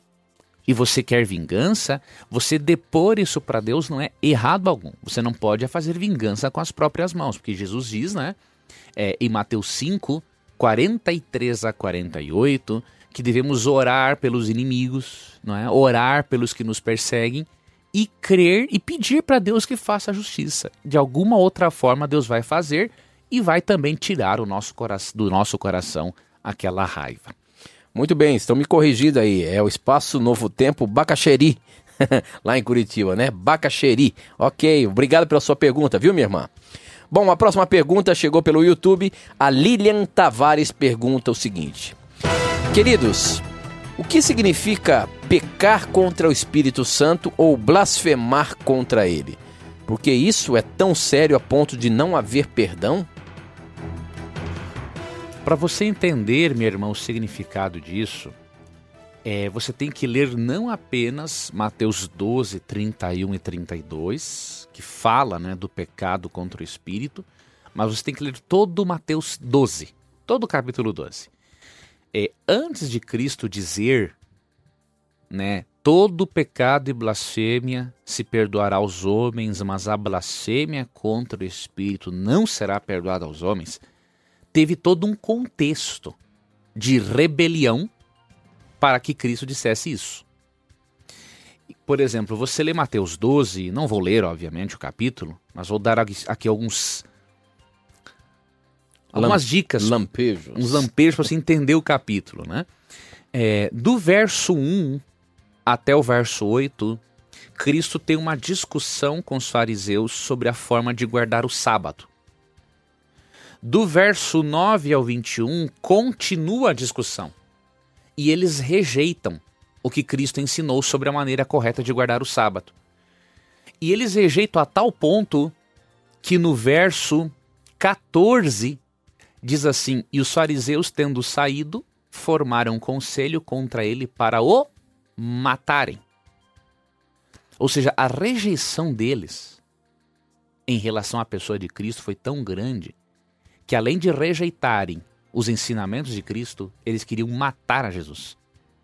Speaker 3: e você quer vingança, você depor isso para Deus não é errado algum. Você não pode fazer vingança com as próprias mãos, porque Jesus diz, né, é, em Mateus cinco, quarenta e três a quarenta e oito, que devemos orar pelos inimigos, não é? Orar pelos que nos perseguem e crer e pedir para Deus que faça a justiça. De alguma outra forma Deus vai fazer e vai também tirar o nosso coração, do nosso coração aquela raiva.
Speaker 2: Muito bem, estão me corrigindo aí. É o Espaço Novo Tempo Bacaxeri, lá em Curitiba, né? Bacaxeri. Ok, obrigado pela sua pergunta, viu, minha irmã? Bom, a próxima pergunta chegou pelo YouTube. A Lilian Tavares pergunta o seguinte. Queridos, o que significa pecar contra o Espírito Santo ou blasfemar contra ele? Porque isso é tão sério a ponto de não haver perdão?
Speaker 3: Para você entender, meu irmão, o significado disso, é, você tem que ler não apenas Mateus doze, trinta e um e trinta e dois, que fala, né, do pecado contra o Espírito, mas você tem que ler todo Mateus doze, todo o capítulo doze. É, antes de Cristo dizer, né, todo pecado e blasfêmia se perdoará aos homens, mas a blasfêmia contra o Espírito não será perdoada aos homens, teve todo um contexto de rebelião para que Cristo dissesse isso. Por exemplo, você lê Mateus doze, não vou ler, obviamente, o capítulo, mas vou dar aqui alguns... algumas dicas,
Speaker 2: lampejos.
Speaker 3: uns lampejos para você entender o capítulo, né? É, do verso um até o verso oito, Cristo tem uma discussão com os fariseus sobre a forma de guardar o sábado. Do verso nove ao vinte e um, continua a discussão. E eles rejeitam o que Cristo ensinou sobre a maneira correta de guardar o sábado. E eles rejeitam a tal ponto que no verso quatorze diz assim: e os fariseus, tendo saído, formaram conselho contra ele para o matarem. Ou seja, a rejeição deles em relação à pessoa de Cristo foi tão grande que, além de rejeitarem os ensinamentos de Cristo, eles queriam matar a Jesus.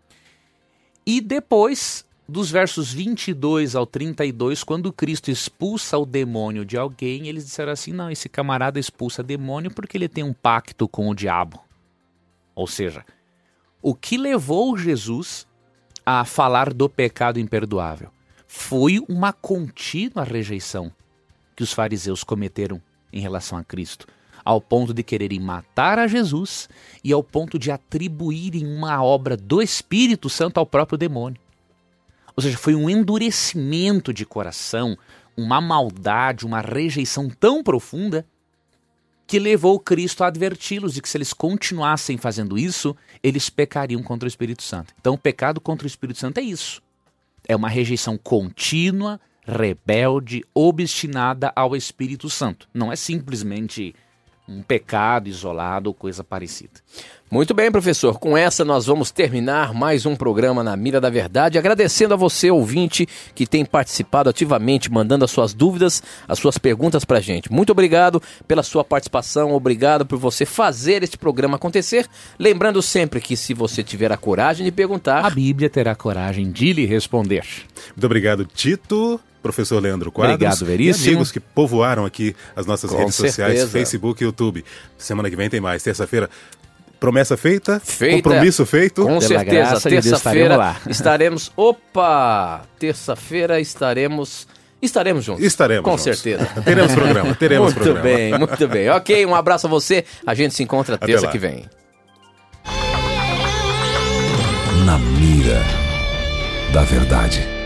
Speaker 3: E depois, dos versos vinte e dois ao trinta e dois, quando Cristo expulsa o demônio de alguém, eles disseram assim: não, esse camarada expulsa demônio porque ele tem um pacto com o diabo. Ou seja, o que levou Jesus a falar do pecado imperdoável foi uma contínua rejeição que os fariseus cometeram em relação a Cristo, ao ponto de quererem matar a Jesus e ao ponto de atribuírem uma obra do Espírito Santo ao próprio demônio. Ou seja, foi um endurecimento de coração, uma maldade, uma rejeição tão profunda que levou Cristo a adverti-los de que, se eles continuassem fazendo isso, eles pecariam contra o Espírito Santo. Então, o pecado contra o Espírito Santo é isso. É uma rejeição contínua, rebelde, obstinada ao Espírito Santo. Não é simplesmente um pecado isolado ou coisa parecida.
Speaker 2: Muito bem, professor. Com essa nós vamos terminar mais um programa Na Mira da Verdade, agradecendo a você, ouvinte, que tem participado ativamente, mandando as suas dúvidas, as suas perguntas pra gente. Muito obrigado pela sua participação, obrigado por você fazer este programa acontecer. Lembrando sempre que, se você tiver a coragem de perguntar,
Speaker 3: a Bíblia terá coragem de lhe responder.
Speaker 4: Muito obrigado, Tito. Professor Leandro Quadros.
Speaker 3: Obrigado, Veríssimo.
Speaker 4: E amigos que povoaram aqui as nossas
Speaker 2: Com
Speaker 4: redes sociais,
Speaker 2: certeza.
Speaker 4: Facebook e YouTube. Semana que vem tem mais. Terça-feira, promessa feita,
Speaker 2: Feita.
Speaker 4: compromisso feito.
Speaker 2: Com
Speaker 3: Pela
Speaker 2: certeza,
Speaker 3: graça de Deus,
Speaker 2: terça-feira
Speaker 3: estaremos lá.
Speaker 2: estaremos... Opa! Terça-feira estaremos... Estaremos juntos.
Speaker 4: Estaremos
Speaker 2: Com
Speaker 4: juntos.
Speaker 2: certeza.
Speaker 4: Teremos programa, teremos
Speaker 2: Muito
Speaker 4: programa.
Speaker 2: bem, muito bem. Ok, um abraço a você. A gente se encontra
Speaker 4: Até
Speaker 2: terça
Speaker 4: lá.
Speaker 2: que vem.
Speaker 1: Na mira da verdade.